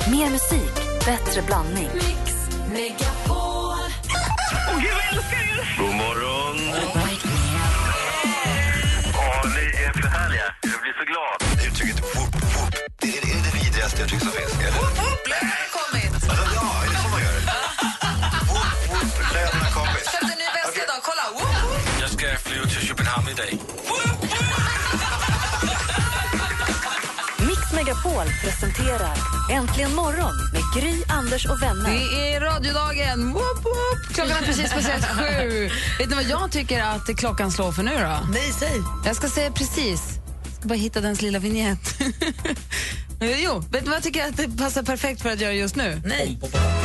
Mer musik, bättre blandning. Mix Megapol. Åh gud, jag älskar er! God morgon! Ni är för härliga. Jag blir så glad. Uttrycket whoop whoop, det är det vidrigaste uttryck som finns. Whoop, whoop, lönen har kommit. Ja, är det så man gör? Whoop whoop, lönen har kommit. Köpte en ny väska idag, kolla. Whoop, whoop. Jag ska flyga till Köpenhamn idag. Mix Megapol presenterar Äntligen morgon med Gry, Anders och vänner. Det är radiodagen. Woop, woop. Klockan är precis speciellt 7. Vet ni vad jag tycker att klockan slår för nu då? Nej, säg. Jag ska säga precis. Jag ska bara hitta dens lilla vignett. Jo, vet ni vad jag tycker att det passar perfekt för att göra just nu? Nej.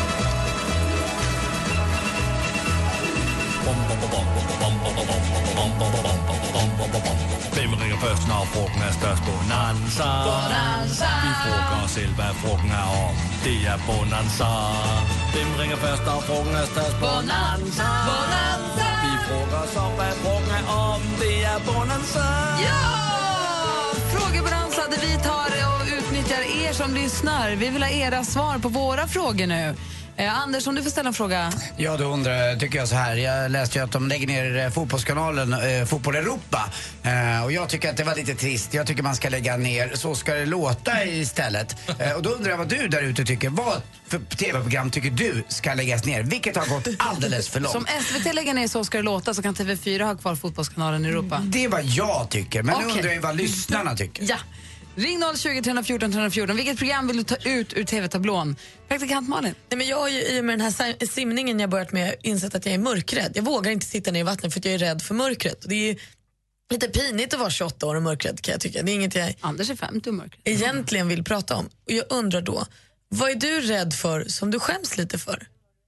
Hvem ringer først, når frugten er størst? Bonanza. Bonanza. Vi frågar oss selv, hvad frugten er om. Det er Bonanza. Hvem ringer først, når frugten er størst? Bonanza. Bonanza. Vi frågar oss om, hvad frugten er om. Det er Bonanza. Ja! Frågebonanza där vi tar och utnyttjar er som lyssnar. Vi vill ha era svar på våra frågor nu. Anders, om du får ställa en fråga. Ja, då tycker jag så här. Jag läste ju att de lägger ner fotbollskanalen Fotboll Europa. Och jag tycker att det var lite trist. Jag tycker man ska lägga ner Så ska det låta istället. Och då undrar jag vad du där ute tycker. Vad för tv-program tycker du ska läggas ner? Vilket har gått alldeles för långt. Som SVT lägger ner Så ska det låta, så kan TV4 ha kvar fotbollskanalen i Europa. Det är vad jag tycker. Men nu Okej. undrar jag vad lyssnarna tycker. Ja. Ring 020 314 314. Vilket program vill du ta ut ur TV-tablån? Praktikant Malin. Nej, men jag har ju i och med den här simningen jag börjat med insett att jag är mörkrädd. Jag vågar inte sitta ner i vattnet för att jag är rädd för mörkret. Och det är lite pinigt att vara 28 år och mörkrädd, kan jag tycka. Det är inget jag Anders är 50 och mörkrädd. egentligen vill prata om. Och jag undrar då, vad är du rädd för som du skäms lite för?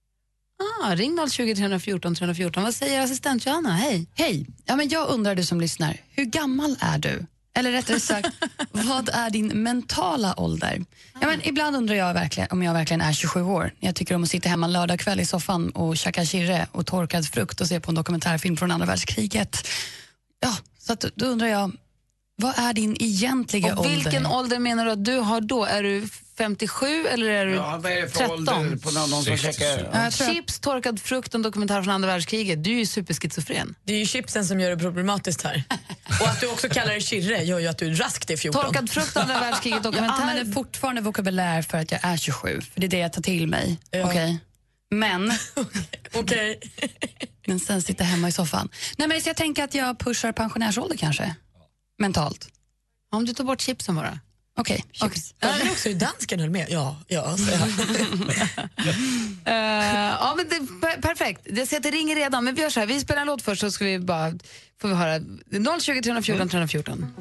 Ring 020 314 314. Vad säger assistent Johanna? Hej. Hej, ja, men jag undrar, du som lyssnar, hur gammal är du? Eller rättare sagt, vad är din mentala ålder? Ja, men ibland undrar jag verkligen om jag verkligen är 27 år. Jag tycker om att sitta hemma lördag kväll i soffan och käka kirre och torkad frukt och se på en dokumentärfilm från andra världskriget. Ja, så att, då undrar jag, vad är din egentliga ålder? Vilken ålder menar du att du har då? Är du 57 eller är du Ja, vad är det för 13? ålder på någon som käkar? Ja, jag tror att- Chips, torkad frukt, en dokumentär från andra världskriget. Du är ju superschizofren. Det är ju chipsen som gör det problematiskt här. Och att du också kallar det kirre gör ju att du raskt är 14. Torkad frukt, andra världskriget, Jag dokumentär. använder fortfarande vokabulär för att jag är 27, för det är det jag tar till mig. Ja. Okej. Men Okej. men sen sitter hemma i soffan. Nej, men så jag tänker att jag pushar pensionärsålder kanske. Mentalt. Om du tar bort chipsen bara. Okej, chips. Ja, men också är dansken höll med. Ja, så jag. Ja, men det är perfekt. Jag ser att det ringer redan, men vi gör så här. Vi spelar en låt först, så ska vi bara får vi höra 020 314 314.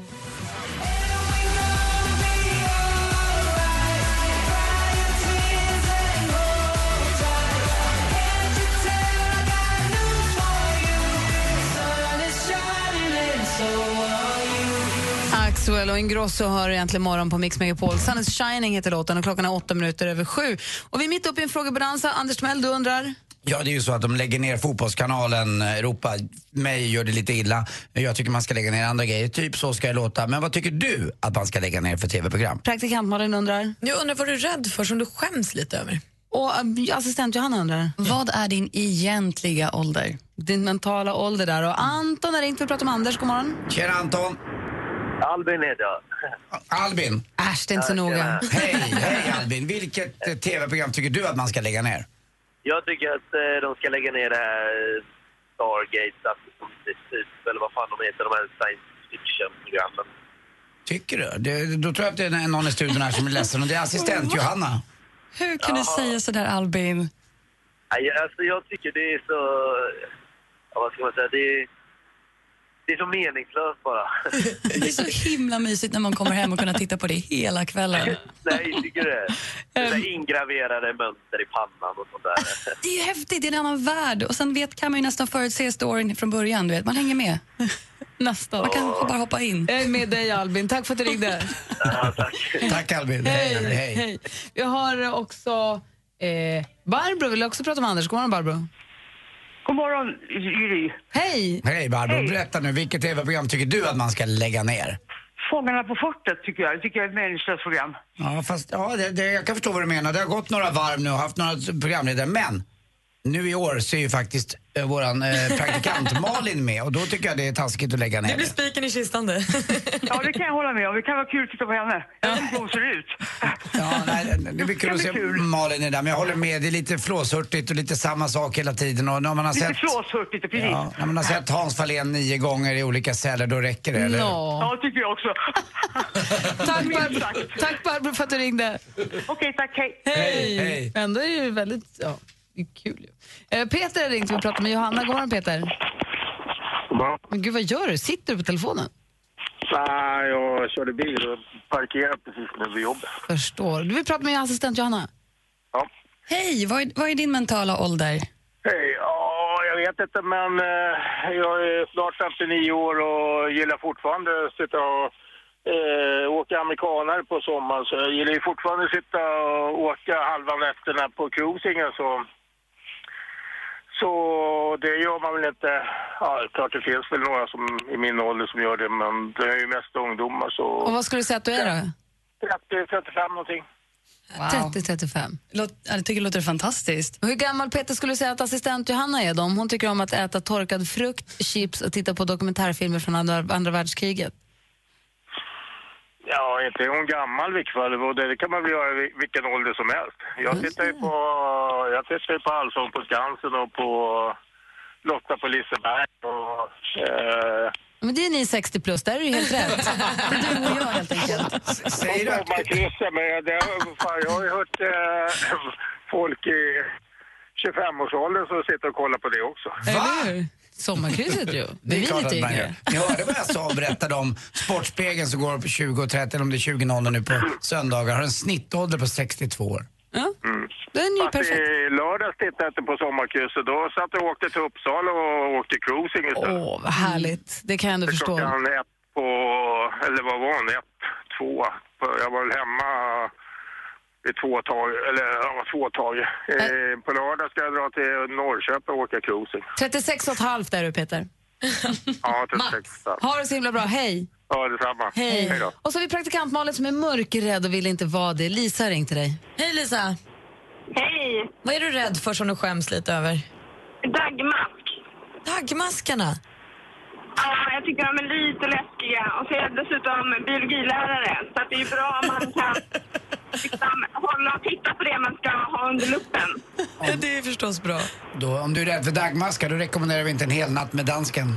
Axwell och Ingrosso har egentligen morgon på Mix Megapol. Sun is shining heter låten och klockan är 8:08. Och vi är mitt uppe i en frågebonanza. Anders Timell, du undrar? Ja, det är ju så att de lägger ner fotbollskanalen Europa. Mig gör det lite illa. Jag tycker man ska lägga ner andra grejer. Typ Så ska det låta. Men vad tycker du att man ska lägga ner för tv-program? Praktikant Malin undrar. Jag undrar vad du är rädd för som du skäms lite över. Och assistent Johanna undrar. Vad är din egentliga ålder? Din mentala ålder där. Och Anton har ringt för att prata om Anders. God morgon. Tjena Anton! Albin heter jag. Albin! Äsch, det är inte så noga. Hej Albin! Vilket tv-program tycker du att man ska lägga ner? Jag tycker att de ska lägga ner det här Stargate, eller vad fan de heter, de här science fiction-programmen. Tycker du? Då tror jag att det är någon i studion här som är ledsen, och det är assistent Johanna. Hur kan du säga så där, Albin? Alltså jag tycker det är så... Ja, vad ska man säga? Det är så meningslöst bara. Det är så himla mysigt när man kommer hem och kunna titta på det hela kvällen. Nej, tycker det. Det är ingraverade mönster i pannan och sånt där. Det är ju häftigt, det är en annan värld. Och sen kan man ju nästan förutse storyn från början, du vet. Man hänger med. Nästan. Man kan bara hoppa in. Jag är med dig Albin, tack för att du ringde. Ja, tack. Tack Albin. Hej. Vi har också Barbro, vill också prata med Anders. God morgon Barbro. God morgon, Gry. Hej. Hej Barbro, berätta nu, vilket tv-program tycker du att man ska lägga ner? Fångarna på fortet tycker jag. Det tycker jag är ett meningslöst program. Ja, fast jag kan förstå vad du menar. Det har gått några varv nu och haft några programledare, men nu i år så är ju faktiskt våran praktikant Malin med, och då tycker jag det är taskigt att lägga ner. Det blir spiken i kistan det. Ja, det kan jag hålla med om. Det kan vara kul att titta på henne. Jag vet inte hur hon ser ut. Ja, nej, det blir kul att se Malin i det, men jag håller med. Det är lite flåshurtigt och lite samma sak hela tiden. Och när man har lite flåshurtigt, precis. Ja, när man har sett Hans Fahlén 9 gånger i olika celler, då räcker det, eller? Ja, tycker jag också. Tack Barbro för att du ringde. Okej, tack. Hej. Hej. Ändå är det ju väldigt kul ju. Peter har ringt och vi pratar med Johanna. God morgon, Peter. Men gud, vad gör du? Sitter du på telefonen? Nej, jag körde bil och parkerade precis nu vid jobbet. Förstår. Du vill prata med assistent Johanna? Ja. Hej, vad är din mentala ålder? Hej, jag vet inte, men jag är snart 59 år och gillar fortfarande att sitta och åka amerikanare på sommaren. Så jag gillar ju fortfarande att sitta och åka halva nätterna på cruisingen, så det gör man väl inte. Ja, klart det finns väl några som i min ålder som gör det, men det är ju mest ungdomar. Så. Och vad skulle du säga att du är då? 30-35 någonting. Wow. 30-35. Jag tycker det låter fantastiskt. Och hur gammal, Peter, skulle du säga att assistent Johanna är då? Hon tycker om att äta torkad frukt, chips och titta på dokumentärfilmer från andra världskriget. Ja, inte hon gammal i vilket fall. Det kan man väl göra i vilken ålder som helst. Jag tittar ju på Allsång på Skansen och på Lotta på Liseberg och... Men det är ni 60 plus, där är ju helt rätt. Det är du och jag helt enkelt. Säger du att man kryssar med det? Jag har ju hört folk i 25-årsåldern som sitter och kollar på det också. Va? Sommarkrysset ju. Det är vi klart lite att man gör. Ni hörde vad jag sa och berättade om Sportspegeln som går på 20:30 eller om det är 20:00 nu på söndagar. Har en snittålder på 62 år. Ja, det är ju perfekt. I lördags tittade jag inte på sommarkrysset. Då satt jag och åkte till Uppsala och åkte cruising istället. Åh, vad härligt. Det kan jag ändå förstå. Klockan 1 på, eller vad var det? 1, 2. Jag var väl hemma i 2 tag, eller ja, 2 tag. På lördag ska jag dra till Norrköping och åka cruising. 36,5 där du, Peter. Ja, 36. Ha det så himla bra. Hej. Ja, detsamma. Hej då. Och så har vi praktikant Malin som är mörkrädd och vill inte vara det. Lisa ring till dig. Hej Lisa. Hej. Vad är du rädd för som du skäms lite över? Dagmask. Dagmaskarna? Ja, jag tycker de är lite läskiga. Och så är jag dessutom biologilärare. Så att det är bra om man kan hålla och titta på det man ska ha under luppen. Det är förstås bra. Då, om du är rädd för dagmaskar, då rekommenderar vi inte en hel natt med dansken.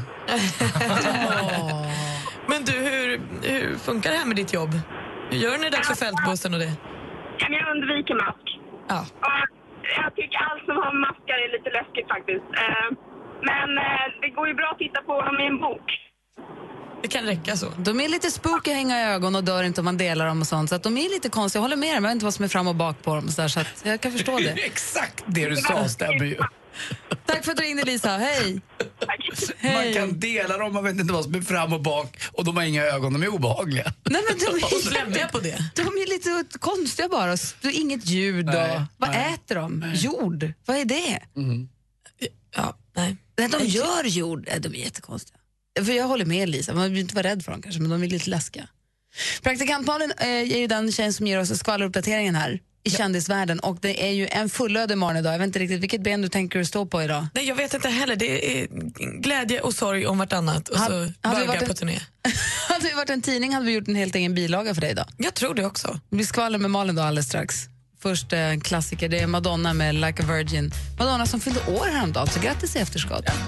Men du, hur funkar det här med ditt jobb? Hur gör du när det är dags för fältbussen och det? Ja, men jag undviker mask. Ja. Och jag tycker allt som har maskar är lite läskigt faktiskt. Men det går ju bra att titta på dem i en bok. Det kan räcka så. De är lite spooky, hänga i ögon och dör inte om man delar dem och sånt. Så att de är lite konstiga. Jag håller med dem. Jag vet inte vad som är fram och bak på dem. Så att jag kan förstå det. Exakt det du sa, stämmer ju. Tack för att du ringde, Lisa. Hej. Man kan dela dem, man vet inte vad som är fram och bak. Och de har inga ögon, de är obehagliga. Nej, men de är på det. De är lite konstiga bara. Det är inget ljud. Vad äter de? Nej. Jord. Vad är det? Mm. Ja, nej. De gör jord. De är jättekonstiga. För jag håller med Lisa, man vill inte vara rädd för dem kanske, men de är lite läskiga. Praktikant Malin är ju den tjejen som ger oss skvalleruppdateringen här i kändisvärlden, och det är ju en fullödig morgon idag. Jag vet inte riktigt vilket ben du tänker stå på idag. Nej, jag vet inte heller. Det är glädje och sorg om vartannat och så bögar på turné. Hade vi varit en tidning hade vi gjort en helt egen bilaga för dig idag. Jag tror det också. Det blir skvaller med Malin då alldeles strax. Först en klassiker, det är Madonna med Like a Virgin. Madonna som fyllde år häromdagen, så grattis i efterskott. Ja.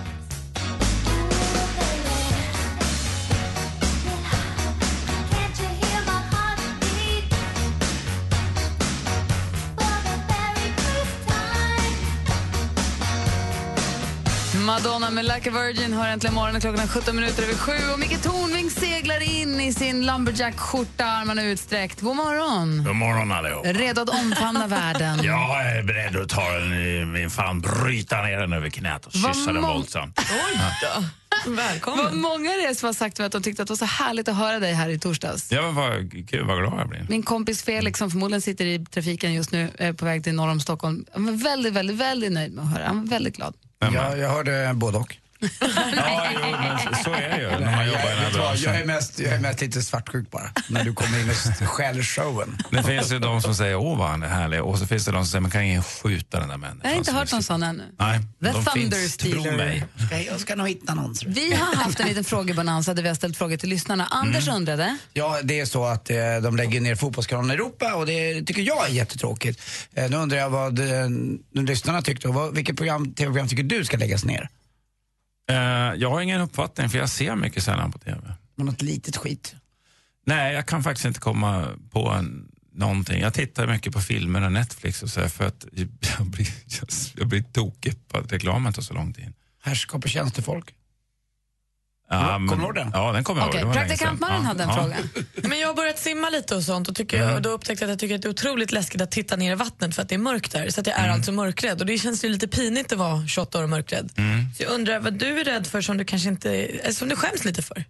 Madonna med Like a Virgin har äntligen morgonen, klockan 7:17 och Micke Tornving seglar in i sin lumberjack-skjorta, armarna utsträckt. God morgon. God morgon allihop. Redo att omfamna världen. Jag är beredd att ta den i min fan, bryta ner den över knät och kyssa den våldsamt. Oj då. Välkommen. Vad många är det som har sagt att de tyckte att det var så härligt att höra dig här i torsdags. Ja, vad glad jag blir. Min kompis Felix som förmodligen sitter i trafiken just nu på väg till norr om Stockholm. Han var väldigt, väldigt, väldigt nöjd med att höra. Han var väldigt glad. Jag hörde både och. Ja, jo, men så är det ju när man jobbar i den här branschen. Jag är mest lite svartsjuk bara när du kommer in och skäller showen. Det finns ju de som säger vad han är härlig, och så finns det de som säger man kan ingen skjuta den där människan. Jag har inte hört någon sån ännu. Nej, The de Thunder finns, Stealer. tro mig. Jag ska nog hitta någon. Vi har haft en liten frågebonanza där vi har ställt frågor till lyssnarna. Anders undrade. Ja, det är så att de lägger ner fotbollskanalen i Europa och det tycker jag är jättetråkigt. Nu undrar jag vad de lyssnarna tyckte och vilket tv-program tycker du ska läggas ner? Jag har ingen uppfattning för jag ser mycket sällan på tv. Men något litet skit? Nej, jag kan faktiskt inte komma på någonting. Jag tittar mycket på filmer och Netflix och så här, för att jag blir tokig på att reklamen tar så lång tid. Härskap och tjänstefolk? Ja, kommer du ihåg den? Ja, den kommer jag ihåg. Praktikantmannen hade en fråga. Men jag har börjat simma lite och sånt och då upptäckte jag att jag tycker att det är otroligt läskigt att titta ner i vattnet för att det är mörkt där. Så att jag är alltså mörkrädd och det känns ju lite pinigt att vara 28 år och mörkrädd. Så jag undrar vad du är rädd för som du kanske inte, som du skäms lite för?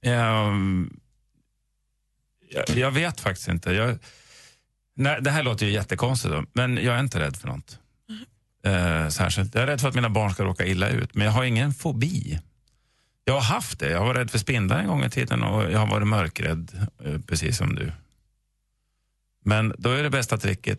Jag vet faktiskt inte. Det här låter ju jättekonstigt då, men jag är inte rädd för något. Särskilt. Jag är rädd för att mina barn ska råka illa ut, men jag har ingen fobi. Jag har haft det. Jag var rädd för spindlar en gång i tiden och jag har varit mörkrädd, precis som du. Men då är det bästa tricket,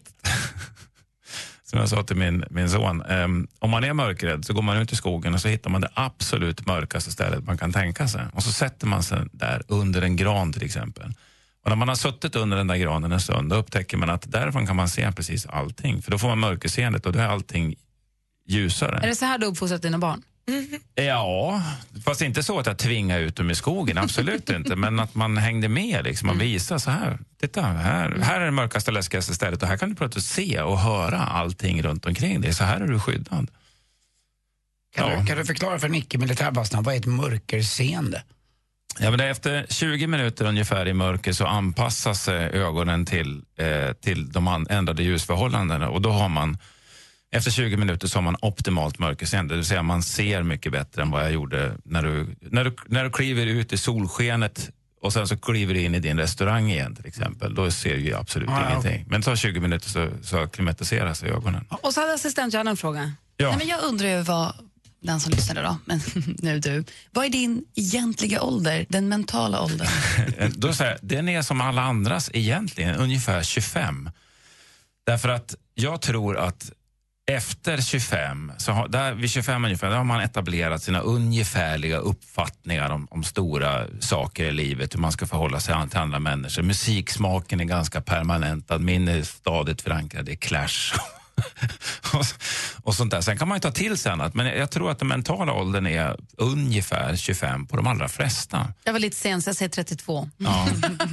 som jag sa till min son. Om man är mörkrädd så går man ut i skogen och så hittar man det absolut mörkaste stället man kan tänka sig. Och så sätter man sig där under en gran till exempel. Och när man har suttit under den där granen en stund, då upptäcker man att därifrån kan man se precis allting. För då får man mörkerseendet och då är allting ljusare. Är det så här du uppfostrat dina barn? Ja, fast inte så att jag tvingar ut dem i skogen, absolut inte. Men att man hängde med liksom, och visade så här. Titta, här är det mörkaste, läskigaste stället och här kan du plötsligt se och höra allting runt omkring dig. Så här är du skyddad. Kan du förklara för en icke-militärbastnad vad är ett mörkerseende? Ja, men efter 20 minuter ungefär i mörker så anpassas ögonen till de ändrade ljusförhållandena och då har man efter 20 minuter så har man optimalt mörkerseende, det vill säga man ser mycket bättre än vad jag gjorde när du kliver ut i solskenet och sen så kliver du in i din restaurang igen till exempel. Då ser du ju absolut ingenting. Okay. Men det tar 20 minuter så akklimatiseras ögonen. Och så hade assistent Johanna en fråga. Ja. Nej, men jag undrar ju vad den som lyssnade då, men nu du. Vad är din egentliga ålder, den mentala åldern? Då säger jag, den är som alla andras egentligen, ungefär 25. Därför att jag tror att efter 25, vid 25 ungefär, där har man etablerat sina ungefärliga uppfattningar om stora saker i livet, hur man ska förhålla sig till andra människor. Musiksmaken är ganska permanentad, min är stadigt förankrad, det är Clash och sånt där. Sen kan man ju ta till sig annat, men jag tror att den mentala åldern är ungefär 25 på de allra flesta. Jag var lite sen så jag säger 32. Ja.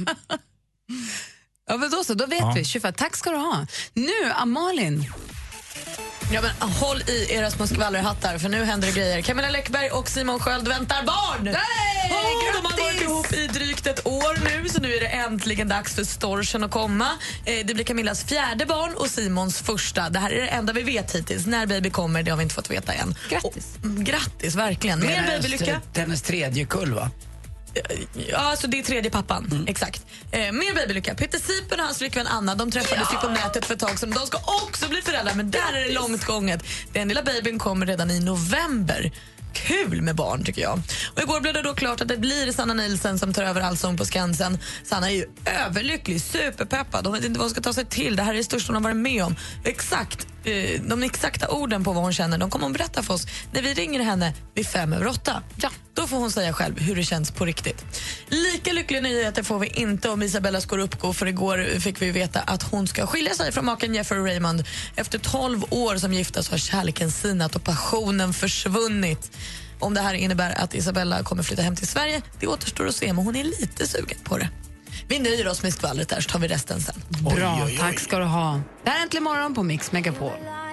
Ja, men då vet vi. 25. Tack ska du ha. Nu, Amalin. Ja, men håll i era små skvallerhattar för nu händer det grejer. Camilla Läckberg och Simon Sköld väntar barn! Hey, de har varit ihop i drygt ett år nu, så nu är det äntligen dags för storchen att komma. Det blir Camillas 4:e barn och Simons första. Det här är det enda vi vet hittills. När baby kommer, det har vi inte fått veta än. Grattis. Grattis, verkligen. Mer babylycka. Hennes 3:e kull, va? Ja, alltså det är 3:e pappan, exakt. Mer babylycka. Peter Sipen och hans flickvän Anna, de träffades ju på nätet för ett tag sedan. De ska också bli föräldrar, men där är det långt gånget. Den lilla babyn kommer redan i november. Kul med barn, tycker jag. Och igår blev det då klart att det blir Sanna Nielsen som tar över Allsång på Skansen. Sanna är ju överlycklig, superpeppad. Hon vet inte vad hon ska ta sig till. Det här är det största hon har varit med om. Exakt, de exakta orden på vad hon känner, de kommer hon berätta för oss när vi ringer henne vid 7:05. Ja, då får hon säga själv hur det känns på riktigt. Lika lyckliga nyheter får vi inte om Isabella Scorupco, för igår fick vi veta att hon ska skilja sig från maken Jeffrey Raymond. Efter 12 år som gifta så har kärleken sinat och passionen försvunnit. Om det här innebär att Isabella kommer flytta hem till Sverige, det återstår att se, men hon är lite sugen på det. Vi nöjer oss med skvallret där, så tar vi resten sen. Bra, tack ska du ha. Det här är Äntligen morgon på Mix Megapol.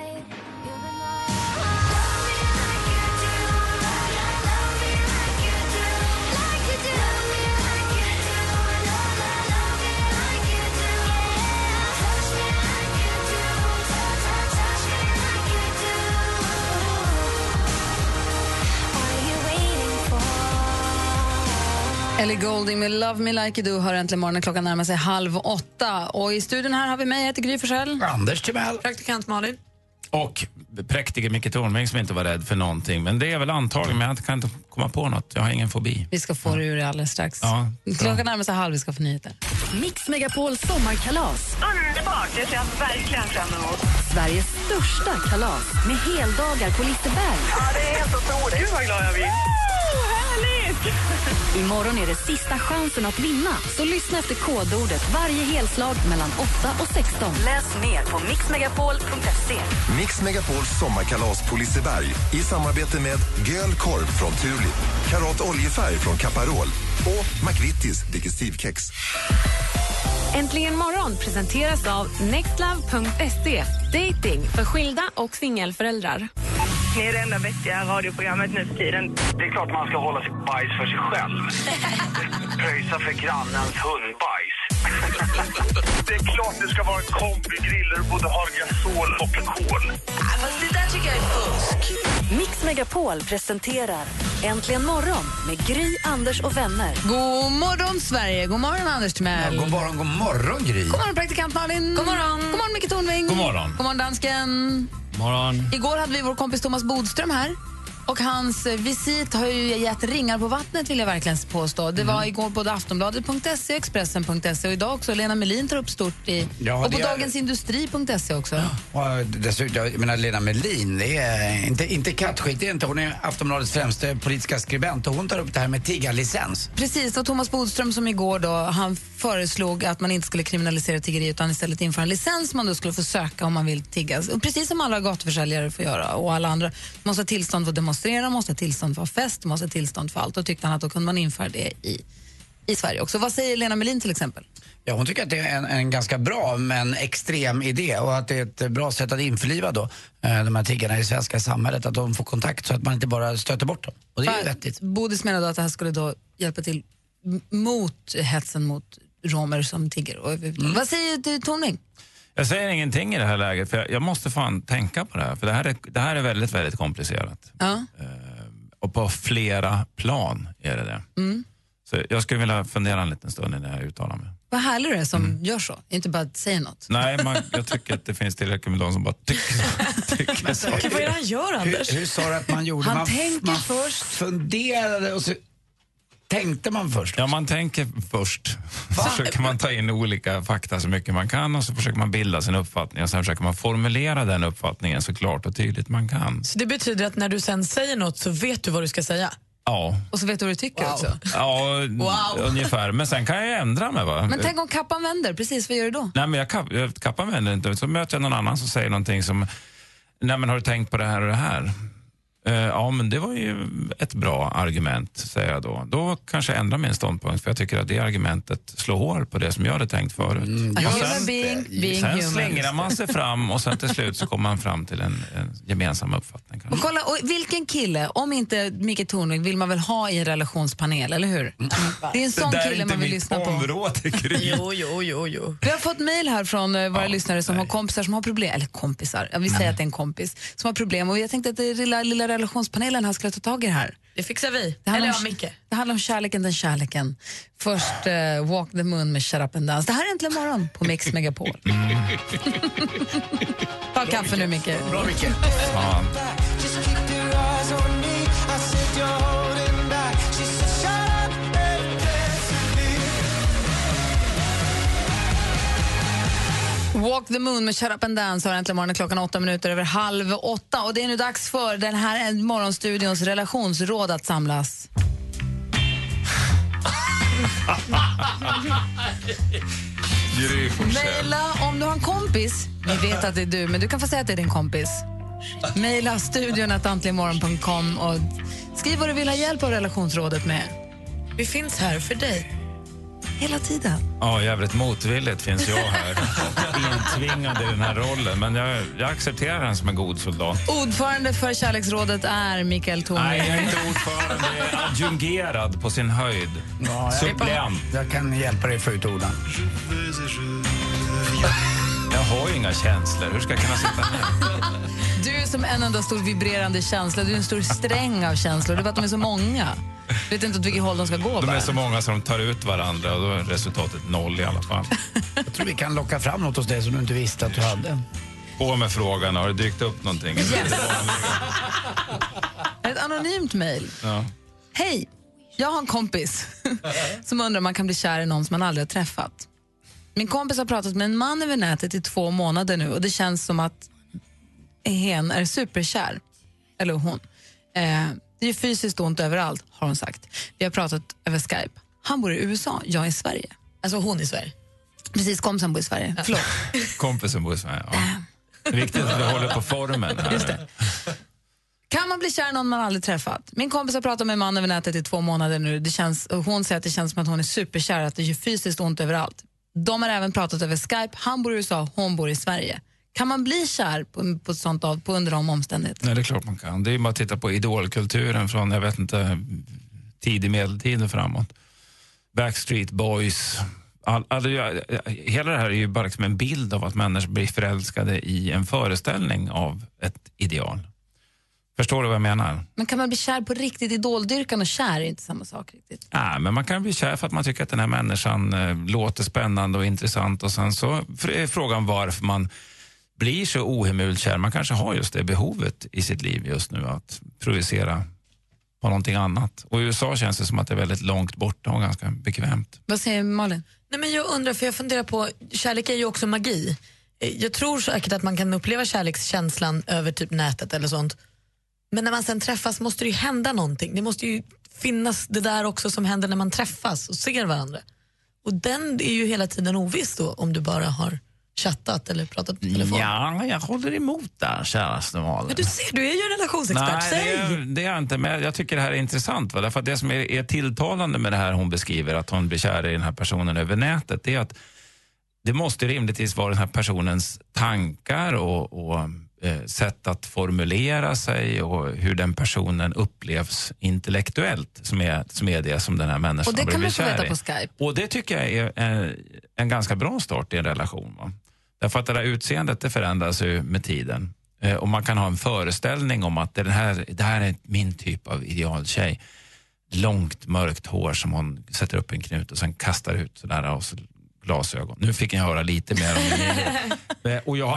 Ellie Goulding med Love Me Like You Do hör Äntligen morgon. Klockan närmar sig 7:30. Och i studion här har vi mig, jag heter Gry Forssell. Anders Timell. Praktikant Malin. Och präktige Micke Tornving som inte var rädd för någonting. Men det är väl antagligen, men jag kan inte komma på något. Jag har ingen fobi. Vi ska få det ur det alldeles strax. Ja, klockan närmar sig 12:30, vi ska få nyheter. Mix Megapol sommarkalas. Underbart, det ser jag verkligen fram emot. Sveriges största kalas med heldagar på Liseberg. Ja, det är helt otroligt. Gud vad glad jag blir. Härligt! Imorgon är det sista chansen att vinna. Så lyssna efter kodordet varje helslag mellan 8 och 16. Läs mer på mixmegapol.se. Mix Megapols sommarkalas på Liseberg i samarbete med Göl Korv från Tulip, Karat oljefärg från Caparol och McVittys digestivkex. Äntligen morgon presenteras av nextlove.se. Dating för skilda och singelföräldrar. Ni är det enda vettiga radioprogrammet nu för tiden. Det är klart man ska hålla sig bajs för sig själv. Pröjsa för grannens hundbajs. Det är klart det ska vara en kombigrill där du både har gasol och kol. Fast det där tycker jag är fusk. Mix Megapol presenterar Äntligen morgon med Gry, Anders och vänner. God morgon Sverige, god morgon Anders Timell. Ja, god morgon Gry. God morgon praktikant Malin. God morgon. God morgon Micke Tornving. God morgon. God morgon dansken. Morgon. Igår hade vi vår kompis Thomas Bodström här. Och hans visit har ju gett ringar på vattnet, vill jag verkligen påstå. Det var igår både Aftonbladet.se och Expressen.se och idag också Lena Melin tar upp stort i och på dagensindustri.se också. Ja. Och dessutom, jag menar Lena Melin, det är inte kattskit, det är inte. Hon är Aftonbladets främste politiska skribent och hon tar upp det här med tiggarlicens. Precis, och Thomas Bodström som igår då, han föreslog att man inte skulle kriminalisera tiggeri utan istället införa en licens man då skulle få söka om man vill tigga. Och precis som alla gatuförsäljare får göra och alla andra måste ha tillstånd för demonstrera, måste ha tillstånd för fest, måste ha tillstånd för allt. Och tyckte han att då kunde man införa det i Sverige också. Vad säger Lena Melin till exempel? Ja, hon tycker att det är en ganska bra men extrem idé och att det är ett bra sätt att införliva då de här tiggarna i det svenska samhället, att de får kontakt så att man inte bara stöter bort dem. Och det är ju vettigt. Bodis menar då att det här skulle då hjälpa till mot hetsen mot romer som tigger. Vad säger du, Tornving? Jag säger ingenting i det här läget för jag måste fan tänka på det här. För det här är väldigt, väldigt komplicerat. Ja. Och på flera plan är det. Så jag skulle vilja fundera en liten stund innan jag uttalar mig. Vad härligt det är som gör så, inte bara att säga något. Nej, jag tycker att det finns tillräckligt med de som bara tycker så. Vad är det han gör, Anders? Hur sa du att man gjorde? Han tänker först. Funderade och så tänkte man först. Ja, man tänker först. Så försöker man ta in olika fakta så mycket man kan och så försöker man bilda sin uppfattning och sen försöker man formulera den uppfattningen så klart och tydligt man kan. Så det betyder att när du sen säger något så vet du vad du ska säga? Ja. Och så vet du vad du tycker också. Ja, ungefär. Men sen kan jag ändra mig, va? Men tänk om kappan vänder, precis, vad gör du då? Nej, men kappan vänder inte. Så möter jag någon annan som säger någonting som, nej men har du tänkt på det här och det här? Ja, men det var ju ett bra argument, säger jag då. Då kanske jag ändrar min ståndpunkt, för jag tycker att det argumentet slår hår på det som jag hade tänkt förut. Sen slänger man sig fram och sen till slut så kommer man fram till en gemensam uppfattning. Och kolla, och vilken kille, om inte Micke Tornving, vill man väl ha i en relationspanel, eller hur? Det är en sån kille man vill lyssna på. Jo. Vi har fått mejl här från våra lyssnare som har kompisar som har problem, eller kompisar, jag vill säga att det är en kompis som har problem, och jag tänkte att det lilla relationspanelen här skulle ta tag i det här. Det fixar vi. Micke. Det handlar om kärleken. Först Walk the Moon med Shut Up and Dance. Det här är Äntligen morgon på Mix Megapol. Ta kaffe nu, Micke. Bra, Micke. Ja. Walk the Moon med Shut Up and Dance har äntligen morgonen klockan 8:07. Och det är nu dags för den här morgonstudions relationsråd att samlas. Maila om du har en kompis. Vi vet att det är du, men du kan få säga att det är din kompis. Maila studion@antligenmorgon.com och skriv vad du vill ha hjälp av relationsrådet med. Vi finns här för dig. Hela tiden. Ja, jävligt motvilligt finns jag här. Intvingad i den här rollen. Men jag accepterar den som en god soldat. Ordförande för kärleksrådet är Mikael Tornving. Nej, jag är inte ordförande. Jag är adjungerad på sin höjd. Ja, suppleant. Jag kan hjälpa dig få ut orden. Jag har ju inga känslor. Hur ska jag kunna sitta här? Du är som en enda stor vibrerande känsla. Du är en stor sträng av känslor. Du vet att de är så många. Du vet inte åt vilket håll de ska gå. De är så många som de tar ut varandra och då är resultatet 0 i alla fall. Jag tror vi kan locka fram något hos dig som du inte visste att du hade. På med frågan, har det dykt upp någonting? Yes. Ett anonymt mejl. Ja. Hej, jag har en kompis som undrar om man kan bli kär i någon som man aldrig har träffat. Min kompis har pratat med en man över nätet i 2 månader nu och det känns som att hen är superkär. Eller hon. Det är fysiskt ont överallt, har hon sagt. Vi har pratat över Skype. Han bor i USA, jag i Sverige. Alltså hon i Sverige? Precis, kompisen bor i Sverige. Ja. Förlåt. Kompisen bor i Sverige, ja. Det är viktigt att vi håller på formen här. Just det. Kan man bli kär i någon man aldrig träffat? Min kompis har pratat med en man över nätet i 2 månader nu. Hon säger att det känns som att hon är superkär, att det gör fysiskt ont överallt. De har även pratat över Skype. Han bor i USA, hon bor i Sverige. Kan man bli kär på sånt på under de omständigheterna? Nej, det är klart man kan. Det är bara att titta på idolkulturen från, jag vet inte, tidig medeltid och framåt. Backstreet Boys. Hela det här är ju bara liksom en bild av att människor blir förälskade i en föreställning av ett ideal. Förstår du vad jag menar? Men kan man bli kär på riktigt? Idoldyrkan och kär är inte samma sak riktigt. Ja, men man kan bli kär för att man tycker att den här människan låter spännande och intressant. Och sen så är frågan varför man blir så ohemult kär. Man kanske har just det behovet i sitt liv just nu att projicera på någonting annat. Och i USA känns det som att det är väldigt långt borta och ganska bekvämt. Vad säger Malin? Nej, men jag undrar, för jag funderar på, kärlek är ju också magi. Jag tror säkert att man kan uppleva kärlekskänslan över typ nätet eller sånt. Men när man sen träffas måste det ju hända någonting. Det måste ju finnas det där också som händer när man träffas och ser varandra. Och den är ju hela tiden oviss då, om du bara har chattat eller pratat på telefon. Ja, jag håller emot där, käraste Malin. Men du ser, du är ju en relationsexpert. Nej, det är inte, men jag tycker det här är intressant. Därför att det som är tilltalande med det här hon beskriver, att hon blir kär i den här personen över nätet, det är att det måste rimligtvis vara den här personens tankar och sätt att formulera sig och hur den personen upplevs intellektuellt som är det som den här människan blir kär i. Och det kan man få veta på Skype. Och det tycker jag är en ganska bra start i en relation. Va? Därför att det där utseendet det förändras ju med tiden. Och man kan ha en föreställning om att det här är min typ av idealtjej. Långt mörkt hår som hon sätter upp en knut och sen kastar ut sådär och så glasögon. Nu fick jag höra lite mer om det. Och jag har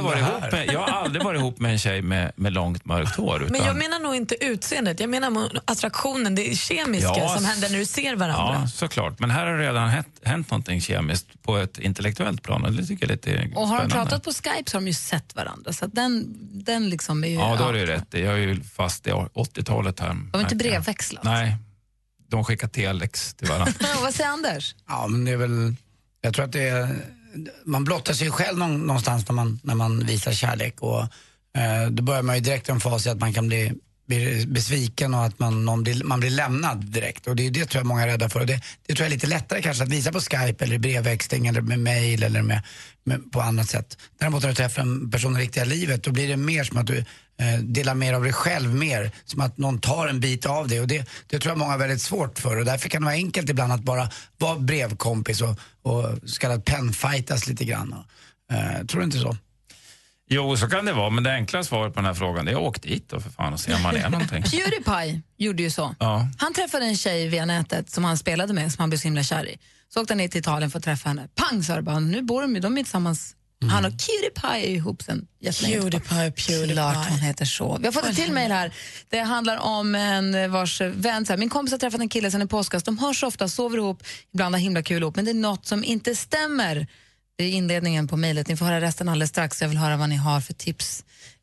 aldrig varit ihop med en tjej med långt mörkt hår. Utan... Men jag menar nog inte utseendet. Jag menar attraktionen, det kemiska som händer när du ser varandra. Ja, såklart. Men här har det redan hänt någonting kemiskt på ett intellektuellt plan. Och det tycker jag är lite spännande. Och har de pratat på Skype så har de ju sett varandra. Så att den liksom är ju... Ja, då har du ju rätt. Jag är ju fast i 80-talet här. De har inte brevväxlat. Nej, de skickar telex till varandra. Vad säger Anders? Ja, men det är väl... Jag tror att det är, man blottar sig själv någonstans när man visar kärlek och då börjar man ju direkt en fas i att man kan bli besviken och att man blir lämnad direkt och det tror jag många är rädda för och det tror jag är lite lättare kanske att visa på Skype eller brevväxling eller med mail eller med på annat sätt. Däremot när du träffar en person i riktiga livet då blir det mer som att du delar mer av dig själv mer, som att någon tar en bit av det och det tror jag många är väldigt svårt för och därför kan det vara enkelt ibland att bara vara brevkompis och så kallat penfightas lite grann. Tror du inte så? Jo, så kan det vara, men det enkla svaret på den här frågan är att åka dit och för fan och se om man är någonting. PewDiePie gjorde ju så. Ja. Han träffade en tjej via nätet som han spelade med, som han blev så himla kär i. Så åkte han ner till Italien för att träffa henne. Pang, sa det bara, nu bor de är tillsammans. Han och PewDiePie är ihop sen jättelänge. PewDiePie. Klart hon heter så. Vi har fått ett till mejl här. Det handlar om en vars vän. Min kompis har träffat en kille sen i påskas. De hörs ofta, sover ihop, ibland har himla kul ihop. Men det är något som inte stämmer. Det är inledningen på mejlet. Ni får höra resten alldeles strax. Jag vill höra vad ni har för tips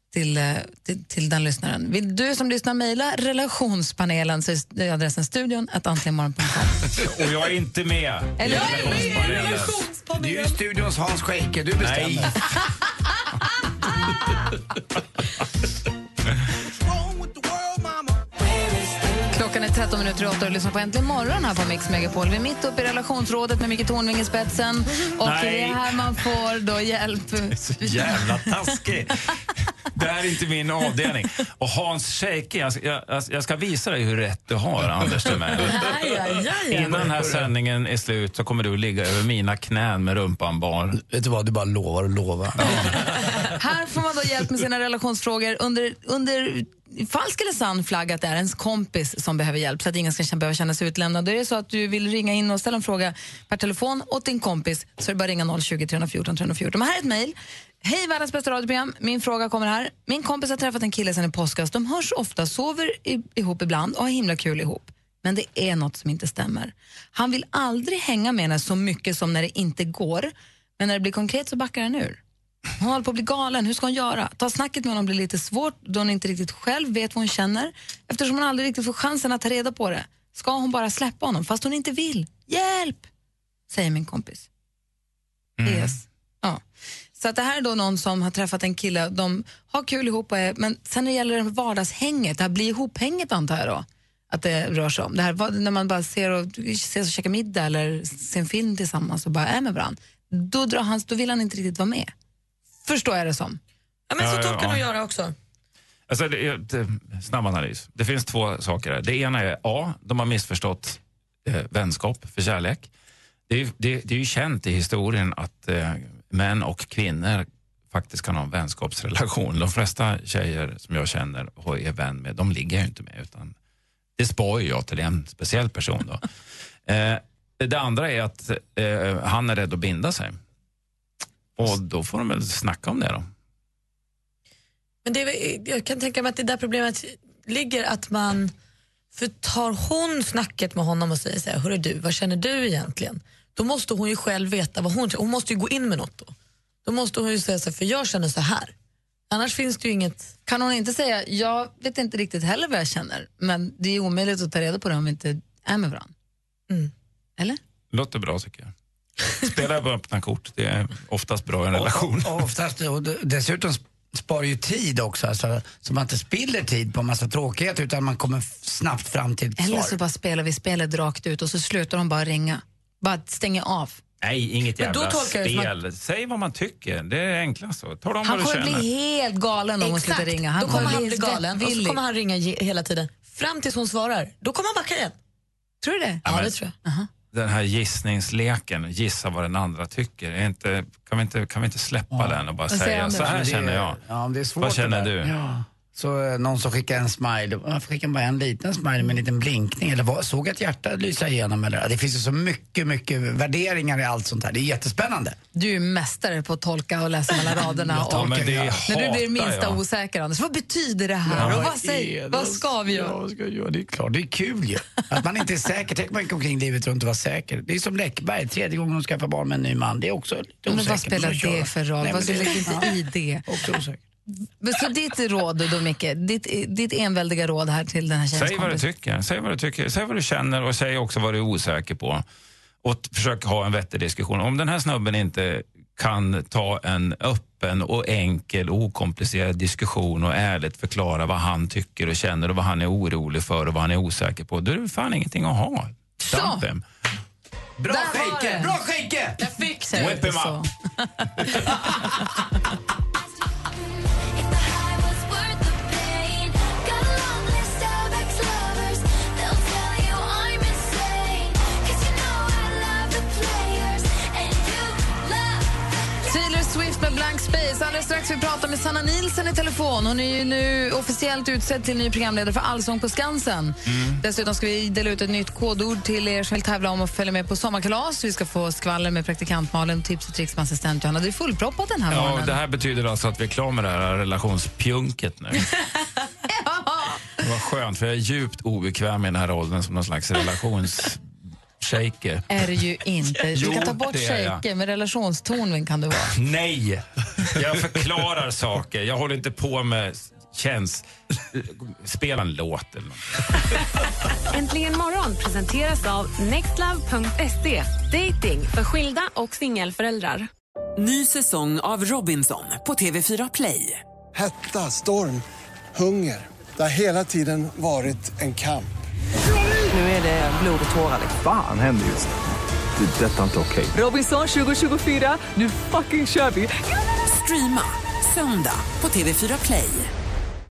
till den lyssnaren. Vill du som lyssnar mejla relationspanelen så är adressen studion @antligenmorgon.com. Och jag är inte med. Eller det är ju studions Hans Scheike, du bestämmer. Nej. Klockan är 13:08 och lyssnar på Äntligen morgon här på Mix Megapol. Vi är mitt uppe i relationsrådet med Micke Tornving i spetsen. Och det är här man får då hjälp. Så jävla taskig. Det här är inte min avdelning. Och Hans Scheike, jag ska visa dig hur rätt du har, Anders. Innan den här sändningen är slut så kommer du ligga över mina knän med rumpan bar. Vet du vad, du bara lovar och lovar. Här får man då hjälp med sina relationsfrågor under falsk eller sann flagg att det är ens kompis som behöver hjälp så att ingen ska behöva känna sig utlämnad. Då är det så att du vill ringa in och ställa en fråga per telefon åt din kompis så är det bara ringa 020 314 314. Men här är ett mejl Hej, världens bästa radioprogram. Min fråga kommer här. Min kompis har träffat en kille sedan i påskas. De hörs ofta, sover ihop ibland och har himla kul ihop. Men det är något som inte stämmer. Han vill aldrig hänga med henne så mycket som när det inte går. Men när det blir konkret så backar han ur. Hon håller på att bli galen. Hur ska hon göra? Ta snacket med honom blir lite svårt då hon inte riktigt själv vet vad hon känner. Eftersom hon aldrig riktigt får chansen att ta reda på det. Ska hon bara släppa honom fast hon inte vill? Hjälp! Säger min kompis. Yes. Ja. Så att det här är då någon som har träffat en kille. De har kul ihop, men sen när det gäller vardagshänget, det här blir ihophänget antar jag då. Att det rör sig om. Det här när man bara ser och käkar middag eller ser en film tillsammans och bara är med varandra. Då vill han inte riktigt vara med. Förstår jag det som? Ja, men så tolkar du göra också. Alltså, snabb analys. Det finns två saker här. Det ena är de har missförstått vänskap för kärlek. Det är ju känt i historien att män och kvinnor faktiskt kan ha en vänskapsrelation. De flesta tjejer som jag känner och är vän med, de ligger ju inte med, utan det spar jag till en speciell person då. Det andra är att han är rädd att binda sig. Och då får de väl snacka om det då. Men jag kan tänka mig att det där problemet ligger att man... För tar hon snacket med honom och säger så här, hörru du, vad känner du egentligen? Då måste hon ju själv veta vad hon måste ju gå in med något då. Då måste hon ju säga så här, för jag känner så här. Annars finns det ju inget... Kan hon inte säga, jag vet inte riktigt heller vad jag känner, men det är omöjligt att ta reda på det om vi inte är med varandra. Eller? Låter bra tycker jag. Spela på öppna kort, det är oftast bra i en relation. Och oftast, och dessutom sparar ju tid också, alltså, så man inte spiller tid på en massa tråkighet utan man kommer snabbt fram till ett svar. Eller så bara spelar vi spelet rakt ut och så slutar de bara ringa. Bara stänga av. Nej, inget jävla spel. Att... Säg vad man tycker, det är enklast så. Ta dem han vad du kommer bli helt galen om hon slutar ringa. Då kommer han bli galen och så kommer han ringa hela tiden. Fram tills hon svarar. Då kommer han backa igen. Tror du det? Ja, det tror jag. Den här gissningsleken, gissa vad den andra tycker. Kan vi inte släppa den och bara säga, så här känner jag. Ja, det är svårt. Vad känner du? Ja. Så någon som skickar en smile, varför skickar bara en liten smile med en liten blinkning? Eller såg ett hjärta lysa igenom? Eller? Det finns ju så mycket värderingar i allt sånt här. Det är jättespännande. Du är mästare på att tolka och läsa mellan raderna. Ja, men det när du blir minsta osäker, Anders, vad betyder det här? Ja, och vad ska vi göra? Ja, det är klart, det är kul ju. Att man inte är säker. Tänk man omkring livet runt att vara säker. Det är som Läckberg, 3:e gången hon skaffar barn med en ny man. Det är också lite osäker. Men vad spelar det för roll? Vad lägger inte i det? Också osäker. Så ditt råd då, Micke, ditt enväldiga råd här till den här tjejens Säg vad du tycker, säg vad du känner och säg också vad du är osäker på. Och försök ha en vettig diskussion. Om den här snubben inte kan ta en öppen och enkel och okomplicerad diskussion och ärligt förklara vad han tycker och känner och vad han är orolig för och vad han är osäker på, då är det fan ingenting att ha. Dump him. Bra Scheike! Bra Scheike! Jag fick det. Whip him up! Swift med Blank Space. Alldeles strax vi pratar med Sanna Nielsen i telefon. Hon är ju nu officiellt utsedd till ny programledare för Allsång på Skansen. Dessutom ska vi dela ut ett nytt kodord till er som vill tävla om att följa med på sommarkalas. Vi ska få skvaller med praktikant Malin, tips och tricks med assistent Johanna. Det är fullproppat den här morgonen. Ja, det här betyder alltså att vi är klara med det här relationspjunket nu. Det var skönt, för jag är djupt obekväm i den här rollen som någon slags shaker. Är det ju inte. Du kan ta bort shaker med relationston kan du vara. Nej, jag förklarar saker. Jag håller inte på med spela en låt eller något. Äntligen morgon presenteras av nextlove.se. Dating för skilda och singelföräldrar. Ny säsong av Robinson på TV4 Play. Hetta, storm, hunger. Det har hela tiden varit en kamp. Nu är det blod och tårar. Fan händer just det. Det är detta inte okej. Robinson 2024, nu fucking kör vi. Streama söndag på TV4 Play.